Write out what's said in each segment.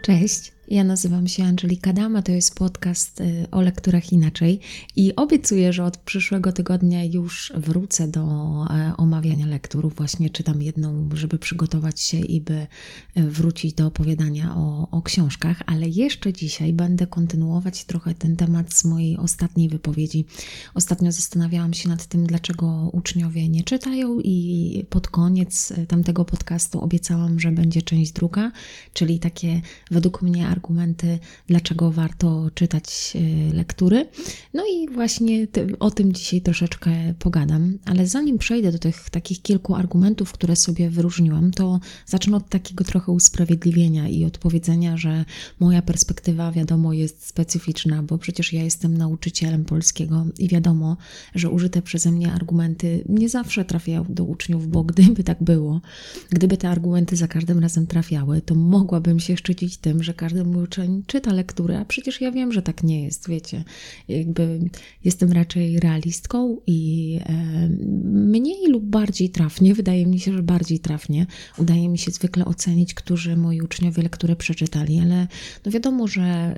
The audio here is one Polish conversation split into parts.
Cześć, ja nazywam się Angelika Dama, to jest podcast o lekturach inaczej i obiecuję, że od przyszłego tygodnia już wrócę do omawiania lektur. Właśnie czytam jedną, żeby przygotować się i by wrócić do opowiadania o książkach, ale jeszcze dzisiaj będę kontynuować trochę ten temat z mojej ostatniej wypowiedzi. Ostatnio zastanawiałam się nad tym, dlaczego uczniowie nie czytają i pod koniec tamtego podcastu obiecałam, że będzie część druga, czyli takie według mnie argumenty, dlaczego warto czytać lektury. No i właśnie o tym dzisiaj troszeczkę pogadam, ale zanim przejdę do tych takich kilku argumentów, które sobie wyróżniłam, to zacznę od takiego trochę usprawiedliwienia i odpowiedzenia, że moja perspektywa, wiadomo, jest specyficzna, bo przecież ja jestem nauczycielem polskiego i wiadomo, że użyte przeze mnie argumenty nie zawsze trafiają do uczniów, bo gdyby tak było, gdyby te argumenty za każdym razem trafiały, to mogłabym się szczycić tym, że każdy mój uczeń czyta lektury, a przecież ja wiem, że tak nie jest, wiecie. Jakby jestem raczej realistką i mniej lub bardziej trafnie, wydaje mi się, że bardziej trafnie, udaje mi się zwykle ocenić, którzy moi uczniowie lekturę przeczytali, ale no wiadomo, że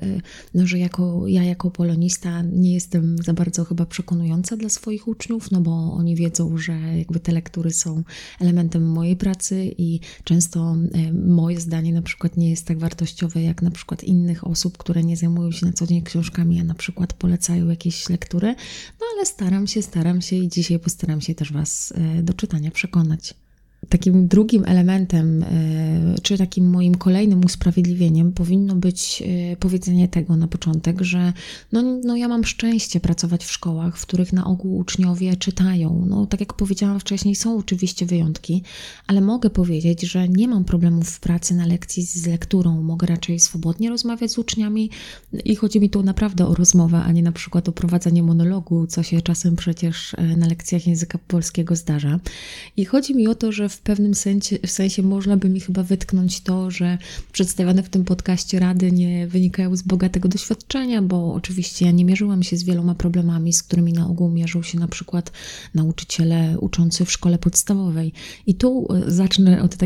ja jako polonista nie jestem za bardzo chyba przekonująca dla swoich uczniów, no bo oni wiedzą, że jakby te lektury są elementem mojej pracy i często moje zdanie na przykład nie jest tak wartościowe jak na przykład innych osób, które nie zajmują się na co dzień książkami, a na przykład polecają jakieś lektury, no ale staram się i dzisiaj postaram się też Was do czytania przekonać. Takim drugim elementem, czy takim moim kolejnym usprawiedliwieniem powinno być powiedzenie tego na początek, że no ja mam szczęście pracować w szkołach, w których na ogół uczniowie czytają. No tak jak powiedziałam wcześniej, są oczywiście wyjątki, ale mogę powiedzieć, że nie mam problemów w pracy na lekcji z lekturą. Mogę raczej swobodnie rozmawiać z uczniami i chodzi mi tu naprawdę o rozmowę, a nie na przykład o prowadzenie monologu, co się czasem przecież na lekcjach języka polskiego zdarza. I chodzi mi o to, że w pewnym sensie można by mi chyba wytknąć to, że przedstawione w tym podcaście rady nie wynikają z bogatego doświadczenia, bo oczywiście ja nie mierzyłam się z wieloma problemami, z którymi na ogół mierzą się na przykład nauczyciele uczący w szkole podstawowej. I tu zacznę od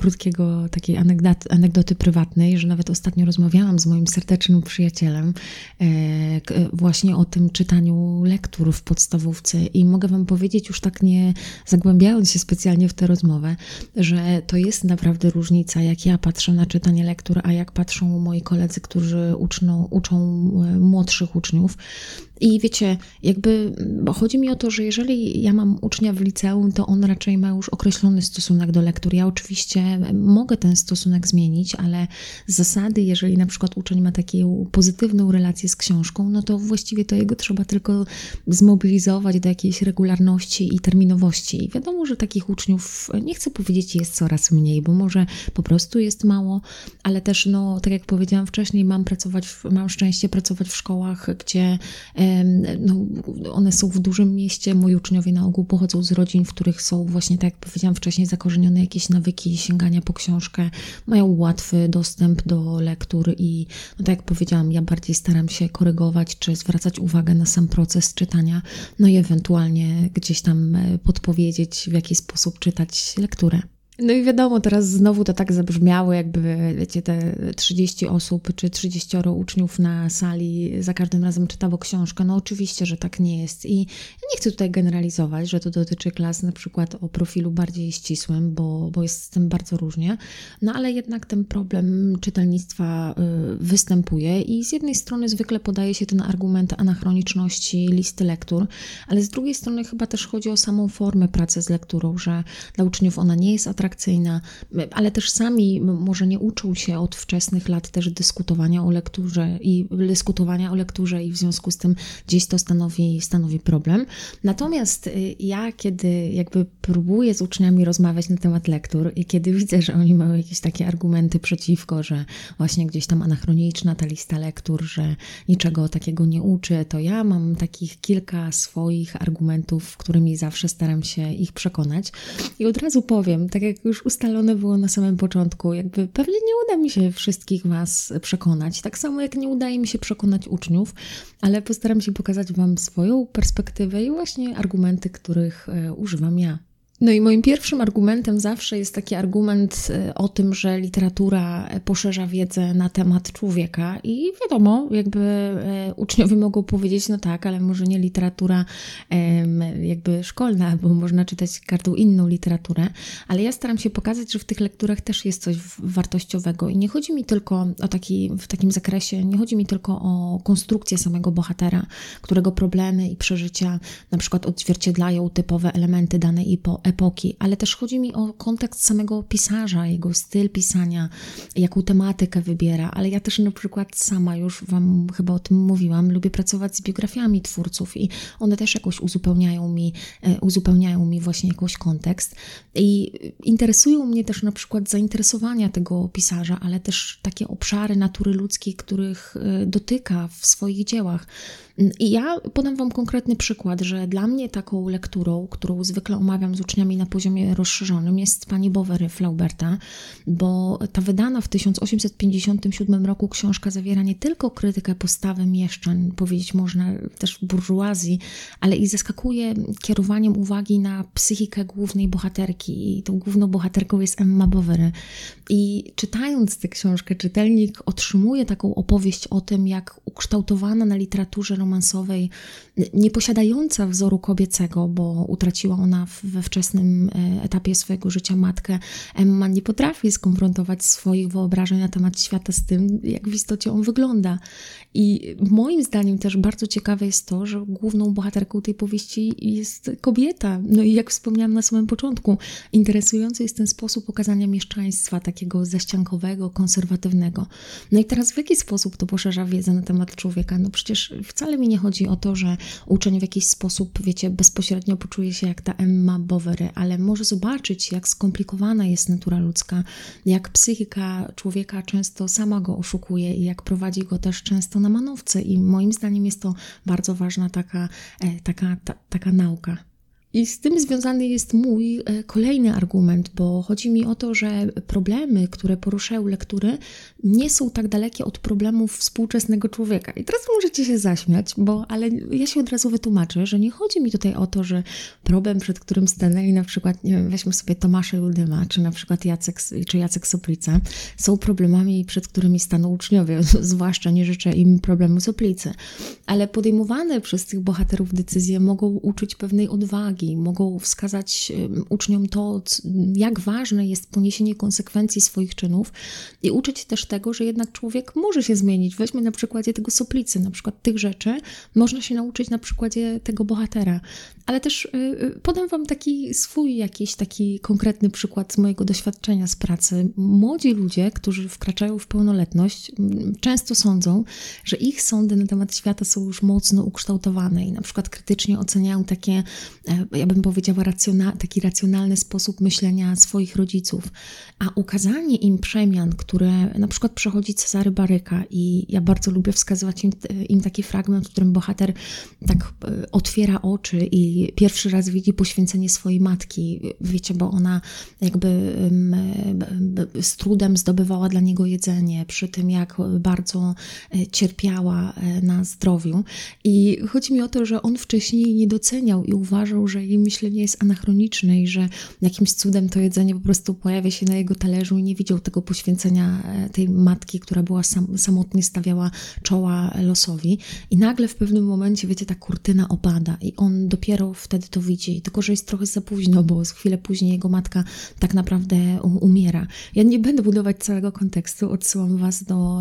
takiej anegdoty prywatnej, że nawet ostatnio rozmawiałam z moim serdecznym przyjacielem właśnie o tym czytaniu lektur w podstawówce i mogę Wam powiedzieć, już tak nie zagłębiając się specjalnie w tę rozmowę, że to jest naprawdę różnica, jak ja patrzę na czytanie lektur, a jak patrzą moi koledzy, którzy uczą młodszych uczniów. I wiecie, bo chodzi mi o to, że jeżeli ja mam ucznia w liceum, to on raczej ma już określony stosunek do lektur. Ja oczywiście mogę ten stosunek zmienić, ale z zasady, jeżeli na przykład uczeń ma taką pozytywną relację z książką, no to właściwie to jego trzeba tylko zmobilizować do jakiejś regularności i terminowości. I wiadomo, że takich uczniów, nie chcę powiedzieć, jest coraz mniej, bo może po prostu jest mało, ale też, tak jak powiedziałam wcześniej, mam szczęście pracować w szkołach, gdzie one są w dużym mieście. Moi uczniowie na ogół pochodzą z rodzin, w których są właśnie, tak jak powiedziałam wcześniej, zakorzenione jakieś nawyki sięgania po książkę, mają łatwy dostęp do lektur i tak jak powiedziałam, ja bardziej staram się korygować, czy zwracać uwagę na sam proces czytania, i ewentualnie gdzieś tam podpowiedzieć, w jaki sposób czytać lekturę. No i wiadomo, teraz znowu to tak zabrzmiało, jakby, wiecie, te 30 osób czy 30 uczniów na sali za każdym razem czytało książkę. No oczywiście, że tak nie jest i ja nie chcę tutaj generalizować, że to dotyczy klas na przykład o profilu bardziej ścisłym, bo jest z tym bardzo różnie, ale jednak ten problem czytelnictwa występuje i z jednej strony zwykle podaje się ten argument anachroniczności listy lektur, ale z drugiej strony chyba też chodzi o samą formę pracy z lekturą, że dla uczniów ona nie jest atrakcyjna, ale też sami może nie uczą się od wczesnych lat też dyskutowania o lekturze i w związku z tym gdzieś to stanowi problem. Natomiast ja, kiedy jakby próbuję z uczniami rozmawiać na temat lektur i kiedy widzę, że oni mają jakieś takie argumenty przeciwko, że właśnie gdzieś tam anachroniczna ta lista lektur, że niczego takiego nie uczy, to ja mam takich kilka swoich argumentów, którymi zawsze staram się ich przekonać. I od razu powiem, tak jak już ustalone było na samym początku, jakby pewnie nie uda mi się wszystkich Was przekonać, tak samo jak nie udaje mi się przekonać uczniów, ale postaram się pokazać Wam swoją perspektywę i właśnie argumenty, których używam ja. No i moim pierwszym argumentem zawsze jest taki argument o tym, że literatura poszerza wiedzę na temat człowieka i wiadomo, jakby uczniowie mogą powiedzieć, no tak, ale może nie literatura jakby szkolna, bo można czytać każdą inną literaturę, ale ja staram się pokazać, że w tych lekturach też jest coś wartościowego i nie chodzi mi tylko w takim zakresie, nie chodzi mi tylko o konstrukcję samego bohatera, którego problemy i przeżycia na przykład odzwierciedlają typowe elementy danej epoki, ale też chodzi mi o kontekst samego pisarza, jego styl pisania, jaką tematykę wybiera, ale ja też na przykład sama, już Wam chyba o tym mówiłam, lubię pracować z biografiami twórców i one też jakoś uzupełniają mi właśnie jakiś kontekst i interesują mnie też na przykład zainteresowania tego pisarza, ale też takie obszary natury ludzkiej, których dotyka w swoich dziełach. I ja podam Wam konkretny przykład, że dla mnie taką lekturą, którą zwykle omawiam z uczniami na poziomie rozszerzonym, jest Pani Bovary Flauberta, bo ta wydana w 1857 roku książka zawiera nie tylko krytykę postawy mieszczan, powiedzieć można też burżuazji, ale i zaskakuje kierowaniem uwagi na psychikę głównej bohaterki. I tą główną bohaterką jest Emma Bovary. I czytając tę książkę, czytelnik otrzymuje taką opowieść o tym, jak ukształtowana na literaturze romansowej, nie posiadająca wzoru kobiecego, bo utraciła ona we wczesnym etapie swojego życia matkę, Emma nie potrafi skonfrontować swoich wyobrażeń na temat świata z tym, jak w istocie on wygląda. I moim zdaniem też bardzo ciekawe jest to, że główną bohaterką tej powieści jest kobieta. No i jak wspomniałam na samym początku, interesujący jest ten sposób pokazania mieszczaństwa, takiego zaściankowego, konserwatywnego. No i teraz w jaki sposób to poszerza wiedzę na temat człowieka? No przecież wcale mi nie chodzi o to, że uczeń w jakiś sposób, wiecie, bezpośrednio poczuje się jak ta Emma Bovary, ale może zobaczyć, jak skomplikowana jest natura ludzka, jak psychika człowieka często sama go oszukuje i jak prowadzi go też często na manowce. I moim zdaniem jest to bardzo ważna taka nauka. I z tym związany jest mój kolejny argument, bo chodzi mi o to, że problemy, które poruszają lektury, nie są tak dalekie od problemów współczesnego człowieka. I teraz możecie się zaśmiać, ale ja się od razu wytłumaczę, że nie chodzi mi tutaj o to, że problem, przed którym stanęli na przykład, nie wiem, weźmy sobie Tomasza Judyma, czy na przykład Jacek Soplica, są problemami, przed którymi staną uczniowie, zwłaszcza nie życzę im problemu Soplicy. Ale podejmowane przez tych bohaterów decyzje mogą uczyć pewnej odwagi, mogą wskazać uczniom to, jak ważne jest poniesienie konsekwencji swoich czynów i uczyć też tego, że jednak człowiek może się zmienić. Weźmy na przykładzie tego Soplicy, na przykład tych rzeczy można się nauczyć na przykładzie tego bohatera. Ale też podam Wam taki swój jakiś taki konkretny przykład z mojego doświadczenia z pracy. Młodzi ludzie, którzy wkraczają w pełnoletność, często sądzą, że ich sądy na temat świata są już mocno ukształtowane i na przykład krytycznie oceniają takie, ja bym powiedziała, taki racjonalny sposób myślenia swoich rodziców. A ukazanie im przemian, które na przykład przechodzi Cezary Baryka i ja bardzo lubię wskazywać im taki fragment, w którym bohater tak otwiera oczy i pierwszy raz widzi poświęcenie swojej matki. Wiecie, bo ona jakby z trudem zdobywała dla niego jedzenie, przy tym jak bardzo cierpiała na zdrowiu. I chodzi mi o to, że on wcześniej nie doceniał i uważał, że jej myślenie jest anachroniczne i że jakimś cudem to jedzenie po prostu pojawia się na jego talerzu i nie widział tego poświęcenia tej matki, która była samotnie stawiała czoła losowi. I nagle w pewnym momencie, wiecie, ta kurtyna opada i on dopiero wtedy to widzi, tylko że jest trochę za późno, bo chwilę później jego matka tak naprawdę umiera. Ja nie będę budować całego kontekstu, odsyłam Was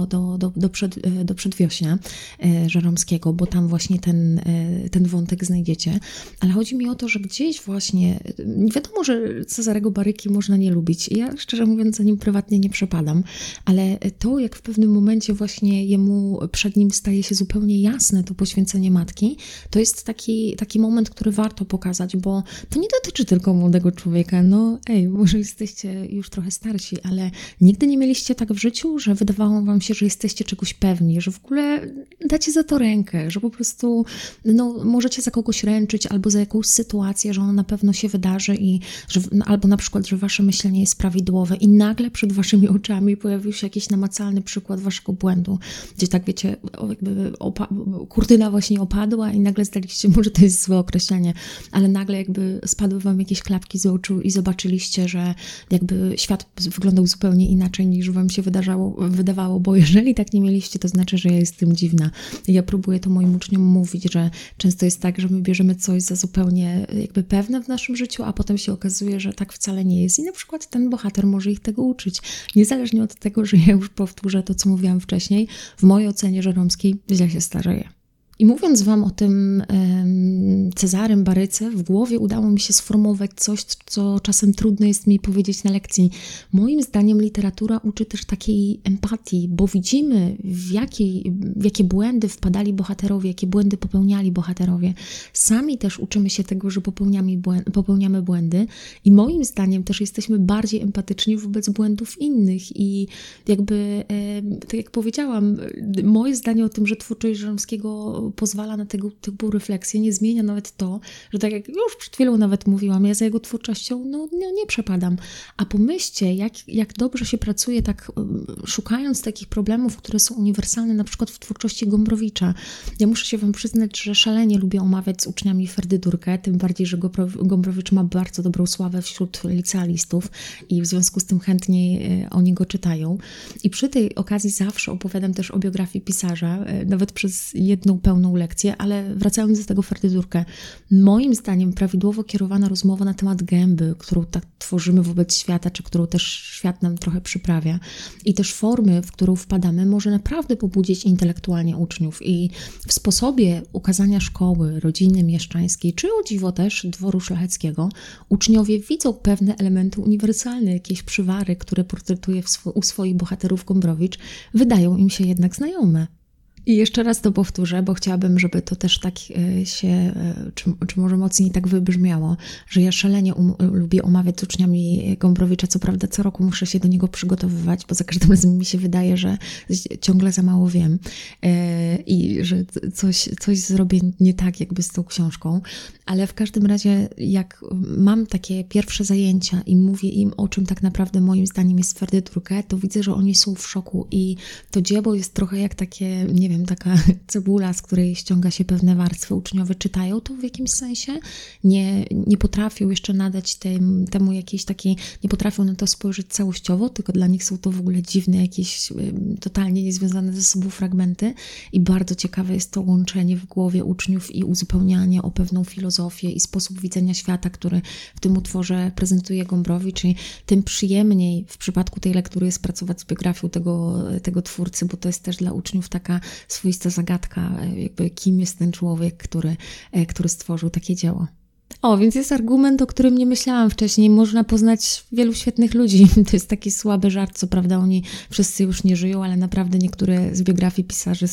do Przedwiośnia Żeromskiego, bo tam właśnie ten wątek znajdziecie. Ale chodzi mi o to, że gdzieś właśnie, wiadomo, że Cezarego Baryki można nie lubić. Ja szczerze mówiąc za nim prywatnie nie przepadam, ale to, jak w pewnym momencie właśnie przed nim staje się zupełnie jasne to poświęcenie matki, to jest taki moment, który warto pokazać, bo to nie dotyczy tylko młodego człowieka. No może jesteście już trochę starsi, ale nigdy nie mieliście tak w życiu, że wydawało Wam się, że jesteście czegoś pewni, że w ogóle dacie za to rękę, że po prostu możecie za kogoś ręczyć albo za jakąś sytuację sytuację, że ona na pewno się wydarzy i że, albo na przykład, że wasze myślenie jest prawidłowe i nagle przed waszymi oczami pojawił się jakiś namacalny przykład waszego błędu, gdzie tak wiecie, jakby kurtyna właśnie opadła i nagle zdaliście, może to jest złe określenie, ale nagle jakby spadły wam jakieś klapki z oczu i zobaczyliście, że jakby świat wyglądał zupełnie inaczej niż wam się wydawało, bo jeżeli tak nie mieliście, to znaczy, że ja jestem dziwna. Ja próbuję to moim uczniom mówić, że często jest tak, że my bierzemy coś za zupełnie jakby pewne w naszym życiu, a potem się okazuje, że tak wcale nie jest. I na przykład ten bohater może ich tego uczyć. Niezależnie od tego, że ja już powtórzę to, co mówiłam wcześniej, w mojej ocenie Żeromskiej źle się starzeje. I mówiąc wam o tym Cezarym Baryce, w głowie udało mi się sformułować coś, co czasem trudno jest mi powiedzieć na lekcji. Moim zdaniem literatura uczy też takiej empatii, bo widzimy, w jakie błędy wpadali bohaterowie, jakie błędy popełniali bohaterowie. Sami też uczymy się tego, że popełniamy błędy i moim zdaniem też jesteśmy bardziej empatyczni wobec błędów innych i jakby, tak jak powiedziałam, moje zdanie o tym, że twórczość Żeromskiego pozwala na typu refleksję, nie zmienia nawet to, że tak jak już przed chwilą nawet mówiłam, ja za jego twórczością nie przepadam. A pomyślcie, jak dobrze się pracuje tak szukając takich problemów, które są uniwersalne, na przykład w twórczości Gombrowicza. Ja muszę się wam przyznać, że szalenie lubię omawiać z uczniami Ferdydurkę, tym bardziej, że Gombrowicz ma bardzo dobrą sławę wśród licealistów i w związku z tym chętnie oni go czytają. I przy tej okazji zawsze opowiadam też o biografii pisarza, nawet przez jedną pełną lekcję, ale wracając do tego Ferdydurkę, moim zdaniem prawidłowo kierowana rozmowa na temat gęby, którą tak tworzymy wobec świata, czy którą też świat nam trochę przyprawia i też formy, w którą wpadamy, może naprawdę pobudzić intelektualnie uczniów i w sposobie ukazania szkoły, rodziny mieszczańskiej, czy o dziwo też dworu szlacheckiego, uczniowie widzą pewne elementy uniwersalne, jakieś przywary, które portretuje u swoich bohaterów Gombrowicz, wydają im się jednak znajome. I jeszcze raz to powtórzę, bo chciałabym, żeby to też tak się, czy może mocniej tak wybrzmiało, że ja szalenie lubię omawiać z uczniami Gombrowicza. Co prawda co roku muszę się do niego przygotowywać, bo za każdym razem mi się wydaje, że ciągle za mało wiem i że coś zrobię nie tak jakby z tą książką. Ale w każdym razie jak mam takie pierwsze zajęcia i mówię im, o czym tak naprawdę moim zdaniem jest Ferdydurkę, to widzę, że oni są w szoku i to dzieło jest trochę jak takie, nie wiem, taka cebula, z której ściąga się pewne warstwy. Uczniowie czytają to w jakimś sensie, nie potrafią jeszcze nadać temu jakiejś takiej, nie potrafią na to spojrzeć całościowo, tylko dla nich są to w ogóle dziwne, jakieś totalnie niezwiązane ze sobą fragmenty i bardzo ciekawe jest to łączenie w głowie uczniów i uzupełnianie o pewną filozofię i sposób widzenia świata, który w tym utworze prezentuje Gombrowicz i tym przyjemniej w przypadku tej lektury jest pracować z biografią tego twórcy, bo to jest też dla uczniów taka swoista zagadka, jakby kim jest ten człowiek, który stworzył takie dzieło. O, więc jest argument, o którym nie myślałam wcześniej. Można poznać wielu świetnych ludzi. To jest taki słaby żart, co prawda oni wszyscy już nie żyją, ale naprawdę niektóre z biografii pisarzy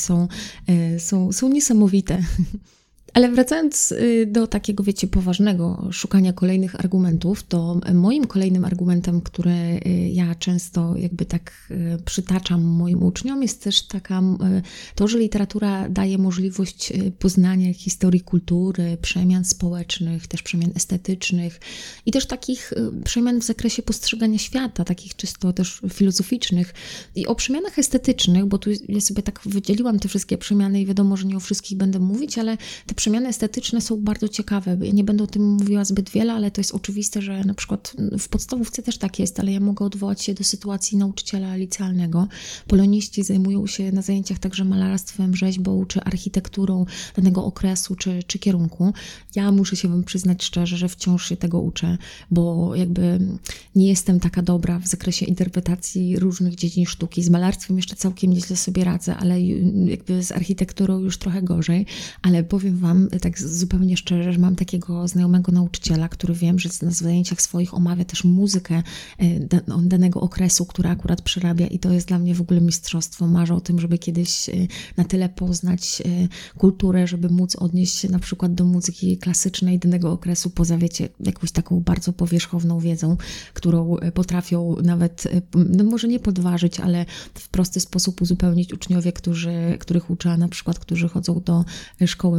są niesamowite. Ale wracając do takiego, wiecie, poważnego szukania kolejnych argumentów, to moim kolejnym argumentem, który ja często jakby tak przytaczam moim uczniom, jest też to, że literatura daje możliwość poznania historii kultury, przemian społecznych, też przemian estetycznych i też takich przemian w zakresie postrzegania świata, takich czysto też filozoficznych. I o przemianach estetycznych, bo tu ja sobie tak wydzieliłam te wszystkie przemiany i wiadomo, że nie o wszystkich będę mówić, ale te przemiany estetyczne są bardzo ciekawe. Ja nie będę o tym mówiła zbyt wiele, ale to jest oczywiste, że na przykład w podstawówce też tak jest, ale ja mogę odwołać się do sytuacji nauczyciela licealnego. Poloniści zajmują się na zajęciach także malarstwem, rzeźbą, czy architekturą danego okresu, czy kierunku. Ja muszę się wam przyznać szczerze, że wciąż się tego uczę, bo jakby nie jestem taka dobra w zakresie interpretacji różnych dziedzin sztuki. Z malarstwem jeszcze całkiem nieźle sobie radzę, ale jakby z architekturą już trochę gorzej, ale powiem wam tak zupełnie szczerze, że mam takiego znajomego nauczyciela, który wiem, że na zajęciach swoich omawia też muzykę danego okresu, która akurat przerabia i to jest dla mnie w ogóle mistrzostwo. Marzę o tym, żeby kiedyś na tyle poznać kulturę, żeby móc odnieść się na przykład do muzyki klasycznej danego okresu, poza wiecie, jakąś taką bardzo powierzchowną wiedzą, którą potrafią nawet, no może nie podważyć, ale w prosty sposób uzupełnić uczniowie, których uczę, na przykład, którzy chodzą do szkoły muzycznej.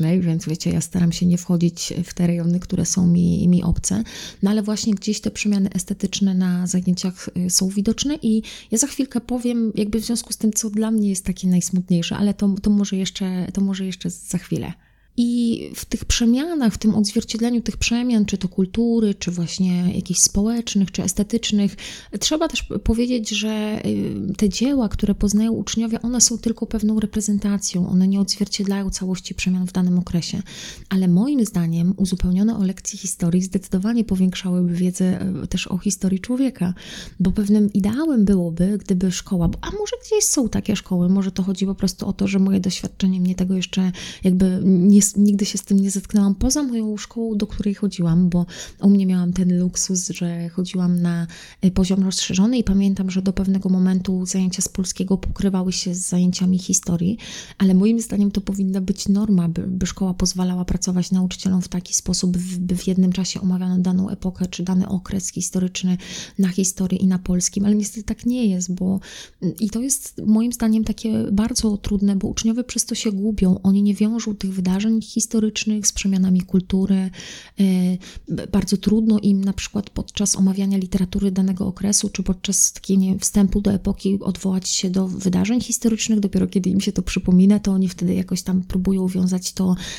historycznej, więc wiecie, ja staram się nie wchodzić w te rejony, które są mi obce, no ale właśnie gdzieś te przemiany estetyczne na zajęciach są widoczne i ja za chwilkę powiem jakby w związku z tym, co dla mnie jest takie najsmutniejsze, ale to może jeszcze za chwilę. I w tych przemianach, w tym odzwierciedleniu tych przemian, czy to kultury, czy właśnie jakichś społecznych, czy estetycznych, trzeba też powiedzieć, że te dzieła, które poznają uczniowie, one są tylko pewną reprezentacją, one nie odzwierciedlają całości przemian w danym okresie. Ale moim zdaniem uzupełnione o lekcje historii zdecydowanie powiększałyby wiedzę też o historii człowieka, bo pewnym ideałem byłoby, gdyby szkoła, a może gdzieś są takie szkoły, może to chodzi po prostu o to, że moje doświadczenie mnie tego jeszcze jakby nigdy się z tym nie zetknęłam, poza moją szkołą, do której chodziłam, bo u mnie miałam ten luksus, że chodziłam na poziom rozszerzony i pamiętam, że do pewnego momentu zajęcia z polskiego pokrywały się z zajęciami historii, ale moim zdaniem to powinna być norma, by szkoła pozwalała pracować nauczycielom w taki sposób, by w jednym czasie omawiano daną epokę, czy dany okres historyczny na historii i na polskim, ale niestety tak nie jest, i to jest moim zdaniem takie bardzo trudne, bo uczniowie przez to się gubią, oni nie wiążą tych wydarzeń historycznych z przemianami kultury. Bardzo trudno im na przykład podczas omawiania literatury danego okresu, czy podczas takiego wstępu do epoki odwołać się do wydarzeń historycznych. Dopiero kiedy im się to przypomina, to oni wtedy jakoś tam próbują wiązać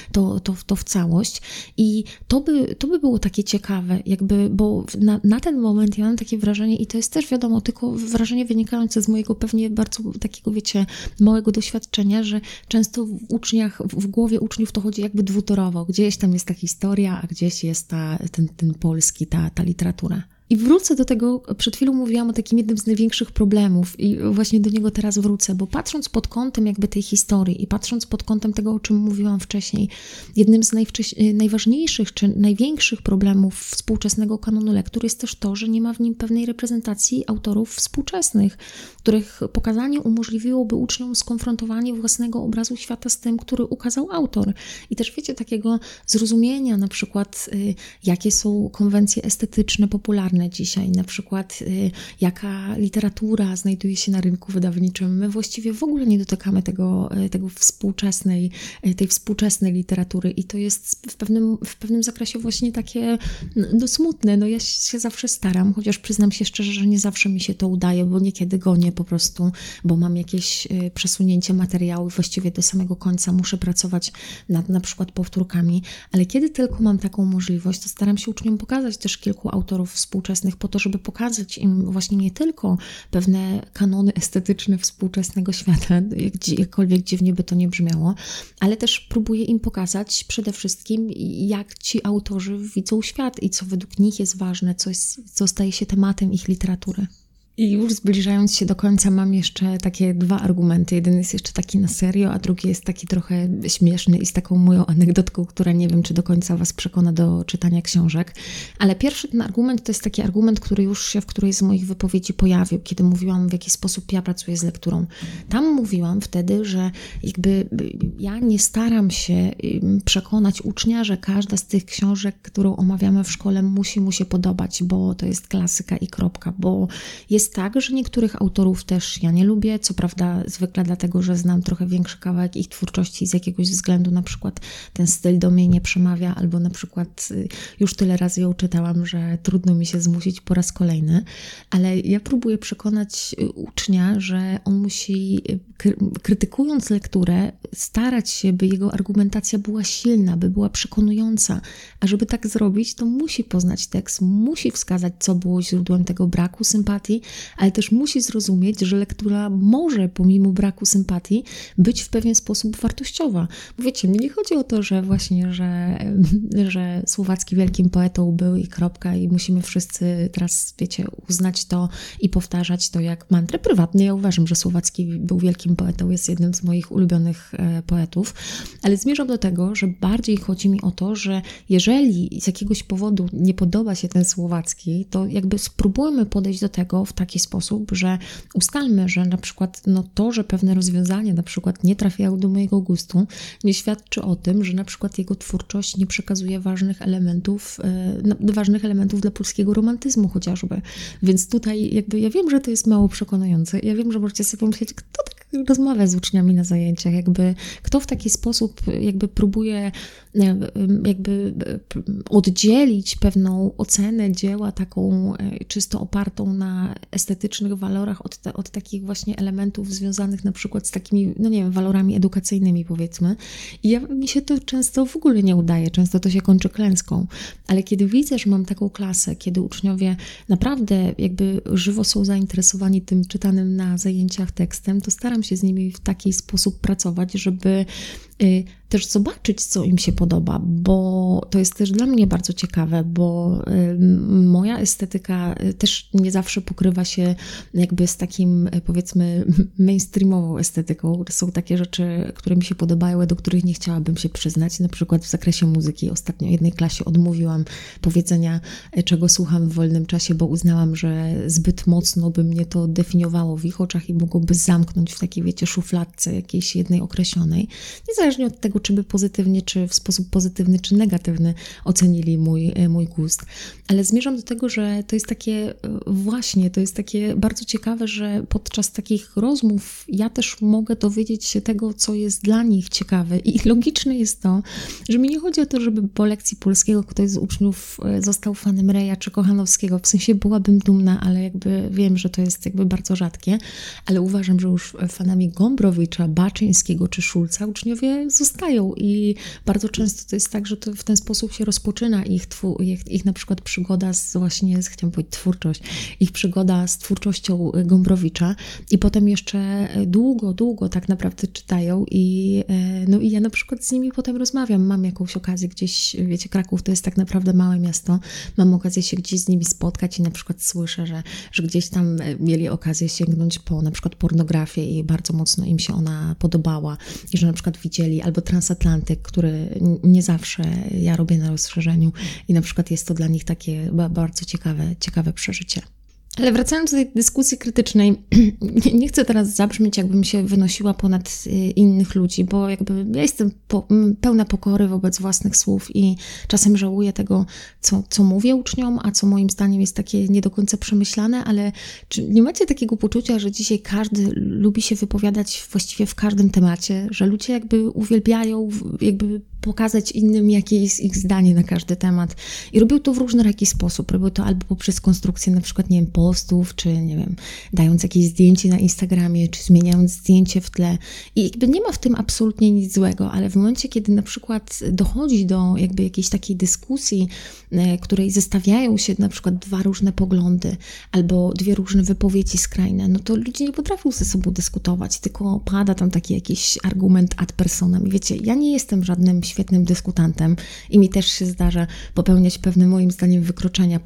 to w całość. I to by było takie ciekawe, jakby, bo na ten moment ja mam takie wrażenie, i to jest też wiadomo, tylko wrażenie wynikające z mojego pewnie bardzo takiego, wiecie, małego doświadczenia, że często w głowie uczniów to chodzi jakby dwutorowo. Gdzieś tam jest ta historia, a gdzieś jest ten polski, ta literatura. I wrócę do tego, przed chwilą mówiłam o takim jednym z największych problemów i właśnie do niego teraz wrócę, bo patrząc pod kątem jakby tej historii i patrząc pod kątem tego, o czym mówiłam wcześniej, jednym z najważniejszych czy największych problemów współczesnego kanonu lektur jest też to, że nie ma w nim pewnej reprezentacji autorów współczesnych, których pokazanie umożliwiłoby uczniom skonfrontowanie własnego obrazu świata z tym, który ukazał autor. I też wiecie, takiego zrozumienia na przykład, jakie są konwencje estetyczne, popularne dzisiaj, na przykład jaka literatura znajduje się na rynku wydawniczym. My właściwie w ogóle nie dotykamy tej współczesnej literatury i to jest w pewnym zakresie właśnie takie smutne. No ja się zawsze staram, chociaż przyznam się szczerze, że nie zawsze mi się to udaje, bo niekiedy gonię po prostu, bo mam jakieś przesunięcie materiału i właściwie do samego końca muszę pracować nad na przykład powtórkami, ale kiedy tylko mam taką możliwość, to staram się uczniom pokazać też kilku autorów współczesnych po to, żeby pokazać im właśnie nie tylko pewne kanony estetyczne współczesnego świata, jakkolwiek dziwnie by to nie brzmiało, ale też próbuję im pokazać przede wszystkim, jak ci autorzy widzą świat i co według nich jest ważne, co staje się tematem ich literatury. I już zbliżając się do końca mam jeszcze takie dwa argumenty. Jeden jest jeszcze taki na serio, a drugi jest taki trochę śmieszny i z taką moją anegdotką, która nie wiem, czy do końca Was przekona do czytania książek. Ale pierwszy ten argument to jest taki argument, który już się w którejś z moich wypowiedzi pojawił, kiedy mówiłam, w jaki sposób ja pracuję z lekturą. Tam mówiłam wtedy, że jakby ja nie staram się przekonać ucznia, że każda z tych książek, którą omawiamy w szkole, musi mu się podobać, bo to jest klasyka i kropka, bo jest tak, że niektórych autorów też ja nie lubię, co prawda zwykle dlatego, że znam trochę większy kawałek ich twórczości z jakiegoś względu, na przykład ten styl do mnie nie przemawia, albo na przykład już tyle razy ją czytałam, że trudno mi się zmusić po raz kolejny, ale ja próbuję przekonać ucznia, że on musi, krytykując lekturę, starać się, by jego argumentacja była silna, by była przekonująca, a żeby tak zrobić, to musi poznać tekst, musi wskazać, co było źródłem tego braku sympatii, ale też musi zrozumieć, że lektura może, pomimo braku sympatii, być w pewien sposób wartościowa. Bo wiecie, mi nie chodzi o to, że właśnie, że Słowacki wielkim poetą był i kropka i musimy wszyscy teraz, wiecie, uznać to i powtarzać to jak mantrę. Prywatnie ja uważam, że Słowacki był wielkim poetą, jest jednym z moich ulubionych poetów, ale zmierzam do tego, że bardziej chodzi mi o to, że jeżeli z jakiegoś powodu nie podoba się ten Słowacki, to jakby spróbujmy podejść do tego w taki sposób, że ustalmy, że na przykład to, że pewne rozwiązania na przykład nie trafiają do mojego gustu, nie świadczy o tym, że na przykład jego twórczość nie przekazuje ważnych elementów dla polskiego romantyzmu chociażby. Więc tutaj jakby ja wiem, że to jest mało przekonujące. Ja wiem, że możecie sobie pomyśleć, kto tak rozmawia z uczniami na zajęciach, jakby kto w taki sposób jakby próbuje jakby oddzielić pewną ocenę dzieła taką czysto opartą na estetycznych walorach od takich właśnie elementów związanych na przykład z takimi, no nie wiem, walorami edukacyjnymi, powiedzmy. I mi się to często w ogóle nie udaje, często to się kończy klęską, ale kiedy widzę, że mam taką klasę, kiedy uczniowie naprawdę jakby żywo są zainteresowani tym czytanym na zajęciach tekstem, to staram się z nimi w taki sposób pracować, żeby też zobaczyć, co im się podoba, bo to jest też dla mnie bardzo ciekawe, bo moja estetyka też nie zawsze pokrywa się jakby z takim, powiedzmy, mainstreamową estetyką. Są takie rzeczy, które mi się podobają, a do których nie chciałabym się przyznać. Na przykład w zakresie muzyki ostatnio jednej klasie odmówiłam powiedzenia, czego słucham w wolnym czasie, bo uznałam, że zbyt mocno by mnie to definiowało w ich oczach i mogłoby zamknąć w takiej, wiecie, szufladce jakiejś jednej określonej. Niezależnie od tego, czy by pozytywnie, czy w sposób pozytywny, czy negatywny ocenili mój gust. Ale zmierzam do tego, że to jest takie właśnie, to jest takie bardzo ciekawe, że podczas takich rozmów ja też mogę dowiedzieć się tego, co jest dla nich ciekawe. I logiczne jest to, że mi nie chodzi o to, żeby po lekcji polskiego ktoś z uczniów został fanem Reja czy Kochanowskiego. W sensie byłabym dumna, ale jakby wiem, że to jest jakby bardzo rzadkie, ale uważam, że już fanami Gombrowicza, Baczyńskiego czy Szulca uczniowie zostają i bardzo często to jest tak, że to w ten sposób się rozpoczyna ich na przykład przygoda chciałam powiedzieć twórczość, ich przygoda z twórczością Gombrowicza i potem jeszcze długo tak naprawdę czytają i ja na przykład z nimi potem rozmawiam, mam jakąś okazję gdzieś, wiecie, Kraków to jest tak naprawdę małe miasto, mam okazję się gdzieś z nimi spotkać i na przykład słyszę, że gdzieś tam mieli okazję sięgnąć po na przykład pornografię i bardzo mocno im się ona podobała i że na przykład widzieli albo Transatlantyk, który nie zawsze ja robię na rozszerzeniu i na przykład jest to dla nich takie bardzo ciekawe przeżycie. Ale wracając do tej dyskusji krytycznej, nie chcę teraz zabrzmieć, jakbym się wynosiła ponad innych ludzi, bo jakby ja jestem pełna pokory wobec własnych słów i czasem żałuję tego, co mówię uczniom, a co moim zdaniem jest takie nie do końca przemyślane, ale czy nie macie takiego poczucia, że dzisiaj każdy lubi się wypowiadać właściwie w każdym temacie, że ludzie jakby uwielbiają jakby pokazać innym, jakie jest ich zdanie na każdy temat i robią to w różnoraki sposób. Robią to albo poprzez konstrukcję na przykład, nie wiem, postów, czy nie wiem, dając jakieś zdjęcie na Instagramie, czy zmieniając zdjęcie w tle. I jakby nie ma w tym absolutnie nic złego, ale w momencie, kiedy na przykład dochodzi do jakby jakiejś takiej dyskusji, której zestawiają się na przykład dwa różne poglądy, albo dwie różne wypowiedzi skrajne, no to ludzie nie potrafią ze sobą dyskutować, tylko pada tam taki jakiś argument ad personam. I wiecie, ja nie jestem żadnym świetnym dyskutantem i mi też się zdarza popełniać pewne moim zdaniem wykroczenia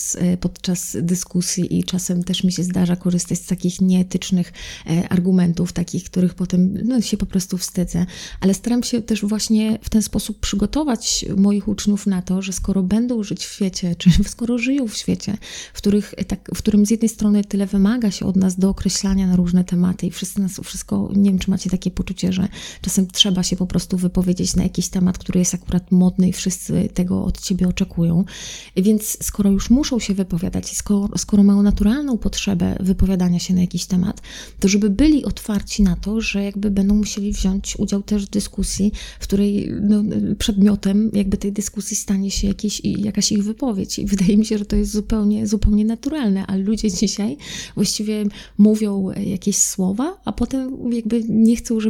podczas dyskusji i czasem też mi się zdarza korzystać z takich nieetycznych argumentów, takich, których potem się po prostu wstydzę, ale staram się też właśnie w ten sposób przygotować moich uczniów na to, że skoro będą żyć w świecie, czy skoro żyją w świecie, w którym z jednej strony tyle wymaga się od nas do określania na różne tematy i wszystko, nie wiem, czy macie takie poczucie, że czasem trzeba się po prostu wypowiedzieć na jakiś temat, który jest akurat modny i wszyscy tego od ciebie oczekują. Więc skoro już muszą się wypowiadać i skoro mają naturalną potrzebę wypowiadania się na jakiś temat, to żeby byli otwarci na to, że jakby będą musieli wziąć udział też w dyskusji, w której przedmiotem jakby tej dyskusji stanie się jakaś ich wypowiedź. I wydaje mi się, że to jest zupełnie naturalne, ale ludzie dzisiaj właściwie mówią jakieś słowa, a potem jakby nie chcą,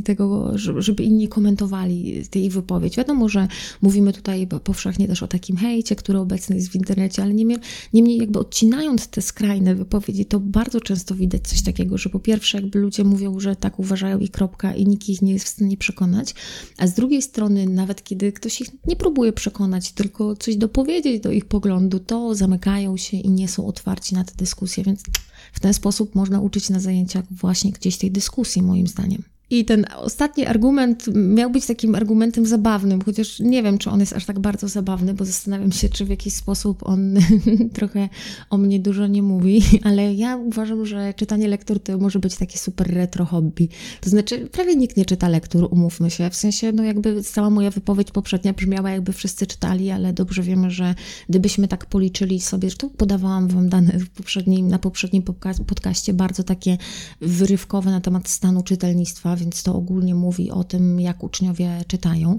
żeby inni komentowali tej wypowiedź. Wiadomo, że mówimy tutaj powszechnie też o takim hejcie, który obecny jest w internecie, ale niemniej jakby odcinając te skrajne wypowiedzi, to bardzo często widać coś takiego, że po pierwsze jakby ludzie mówią, że tak uważają i kropka i nikt ich nie jest w stanie przekonać, a z drugiej strony nawet kiedy ktoś ich nie próbuje przekonać, tylko coś dopowiedzieć do ich poglądu, to zamykają się i nie są otwarci na tę dyskusję, więc w ten sposób można uczyć na zajęciach właśnie gdzieś tej dyskusji, moim zdaniem. I ten ostatni argument miał być takim argumentem zabawnym, chociaż nie wiem, czy on jest aż tak bardzo zabawny, bo zastanawiam się, czy w jakiś sposób on trochę o mnie dużo nie mówi, ale ja uważam, że czytanie lektur to może być takie super retro hobby. To znaczy, prawie nikt nie czyta lektur, umówmy się, w sensie, no jakby cała moja wypowiedź poprzednia brzmiała, jakby wszyscy czytali, ale dobrze wiemy, że gdybyśmy tak policzyli sobie, że tu podawałam wam dane na poprzednim podcaście, bardzo takie wyrywkowe na temat stanu czytelnictwa, więc to ogólnie mówi o tym, jak uczniowie czytają.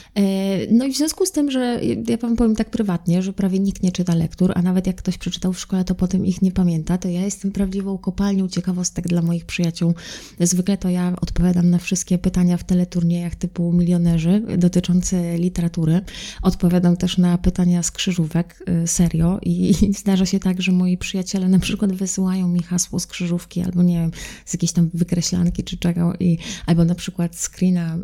No i w związku z tym, że ja wam powiem tak prywatnie, że prawie nikt nie czyta lektur, a nawet jak ktoś przeczytał w szkole, to potem ich nie pamięta, to ja jestem prawdziwą kopalnią ciekawostek dla moich przyjaciół. Zwykle to ja odpowiadam na wszystkie pytania w teleturniejach typu Milionerzy dotyczące literatury. Odpowiadam też na pytania z krzyżówek, serio, i zdarza się tak, że moi przyjaciele na przykład wysyłają mi hasło z krzyżówki albo nie wiem, z jakiejś tam wykreślanki czy czego, albo na przykład screena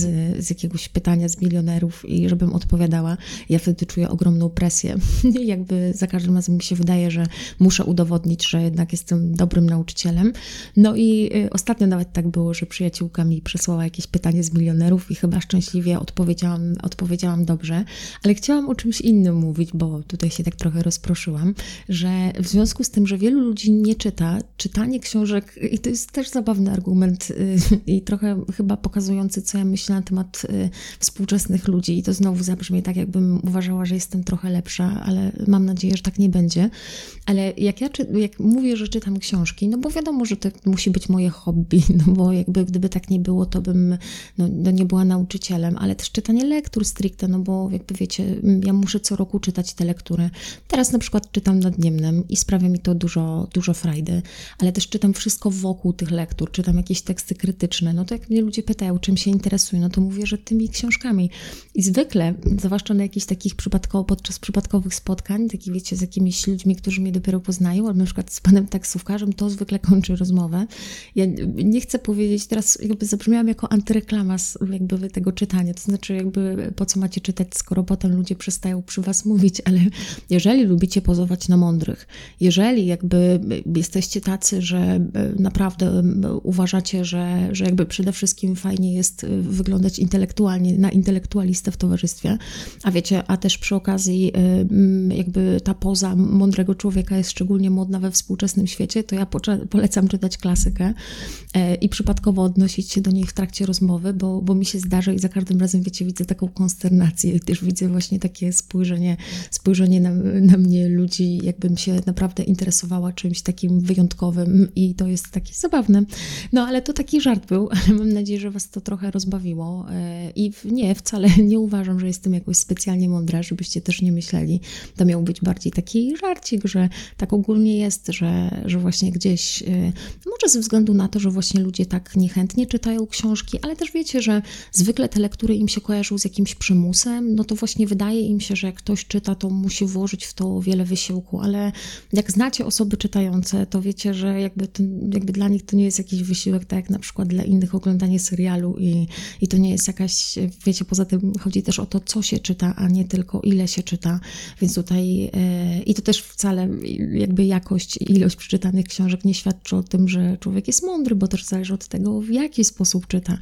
z jakiegoś pytania z Milionerów i żebym odpowiadała. Ja wtedy czuję ogromną presję. Jakby za każdym razem mi się wydaje, że muszę udowodnić, że jednak jestem dobrym nauczycielem. No i ostatnio nawet tak było, że przyjaciółka mi przesłała jakieś pytanie z Milionerów i chyba szczęśliwie odpowiedziałam dobrze, ale chciałam o czymś innym mówić, bo tutaj się tak trochę rozproszyłam, że w związku z tym, że wielu ludzi nie czyta, czytanie książek, i to jest też zabawny argument i trochę chyba pokazujący, co ja myślę na temat współczesnych ludzi, i to znowu zabrzmi tak, jakbym uważała, że jestem trochę lepsza, ale mam nadzieję, że tak nie będzie. Ale jak mówię, że czytam książki, no bo wiadomo, że to musi być moje hobby, no bo jakby gdyby tak nie było, to bym nie była nauczycielem, ale też czytanie lektur stricte, no bo jakby wiecie, ja muszę co roku czytać te lektury. Teraz na przykład czytam Nadniemnem i sprawia mi to dużo frajdy, ale też czytam wszystko wokół tych lektur, czytam jakieś teksty krytyczne, no to jak mnie ludzie pytają, czym się interesuję, no to mówię, że tymi książkami. I zwykle, zwłaszcza na jakichś takich podczas przypadkowych spotkań, takich wiecie, z jakimiś ludźmi, którzy mnie dopiero poznają, albo na przykład z panem taksówkarzem, to zwykle kończy rozmowę. Ja nie chcę powiedzieć, teraz jakby zabrzmiałam jako antyreklama jakby tego czytania, to znaczy jakby po co macie czytać, skoro potem ludzie przestają przy was mówić, ale jeżeli lubicie pozować na mądrych, jeżeli jakby jesteście tacy, że naprawdę uważacie, że jakby przede wszystkim fajnie jest wyglądać intelektualnie, na intelektualistę w towarzystwie, a wiecie, a też przy okazji jakby ta poza mądrego człowieka jest szczególnie modna we współczesnym świecie, to ja polecam czytać klasykę i przypadkowo odnosić się do niej w trakcie rozmowy, bo mi się zdarza i za każdym razem, wiecie, widzę taką konsternację i też widzę właśnie takie spojrzenie na mnie ludzi, jakbym się naprawdę interesowała czymś takim wyjątkowym i to jest takie zabawne. No ale to taki żart był, ale mam nadzieję, że was to trochę rozbawiło i nie, wcale nie uważam, że jestem jakoś specjalnie mądra, żebyście też nie myśleli. To miał być bardziej taki żarcik, że tak ogólnie jest, że właśnie gdzieś, może ze względu na to, że właśnie ludzie tak niechętnie czytają książki, ale też wiecie, że zwykle te lektury im się kojarzą z jakimś przymusem, no to właśnie wydaje im się, że jak ktoś czyta, to musi włożyć w to wiele wysiłku, ale jak znacie osoby czytające, to wiecie, że jakby dla nich to nie jest jakiś wysiłek, tak jak na przykład dla innych oglądanie serialu i to nie jest jakaś, wiecie, poza tym chodzi też o to, co się czyta, a nie tylko ile się czyta, więc tutaj i to też wcale jakby jakość i ilość przeczytanych książek nie świadczy o tym, że człowiek jest mądry, bo też zależy od tego, w jaki sposób czyta,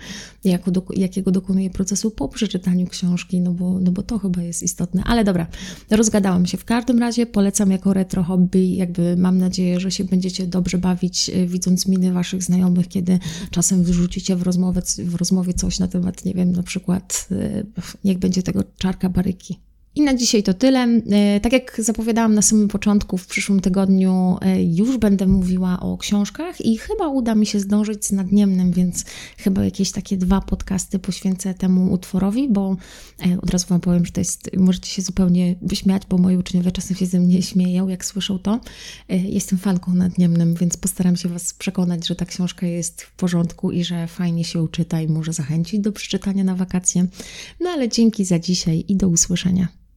jakiego dokonuje procesu po przeczytaniu książki, no bo to chyba jest istotne. Ale dobra, rozgadałam się. W każdym razie polecam jako retro hobby, jakby mam nadzieję, że się będziecie dobrze bawić, widząc miny waszych znajomych, kiedy czasem wyrzucicie w rozmowie coś na temat, nie wiem, na przykład niech będzie tego czarka baryki. I na dzisiaj to tyle. Tak jak zapowiadałam na samym początku, w przyszłym tygodniu już będę mówiła o książkach i chyba uda mi się zdążyć z Nadniemnym, więc chyba jakieś takie 2 podcasty poświęcę temu utworowi, bo od razu wam powiem, że to jest, możecie się zupełnie wyśmiać, bo moi uczniowie czasem się ze mnie śmieją, jak słyszą to. Jestem fanką Nadniemnym, więc postaram się was przekonać, że ta książka jest w porządku i że fajnie się czyta i może zachęcić do przeczytania na wakacje. No ale dzięki za dzisiaj i do usłyszenia.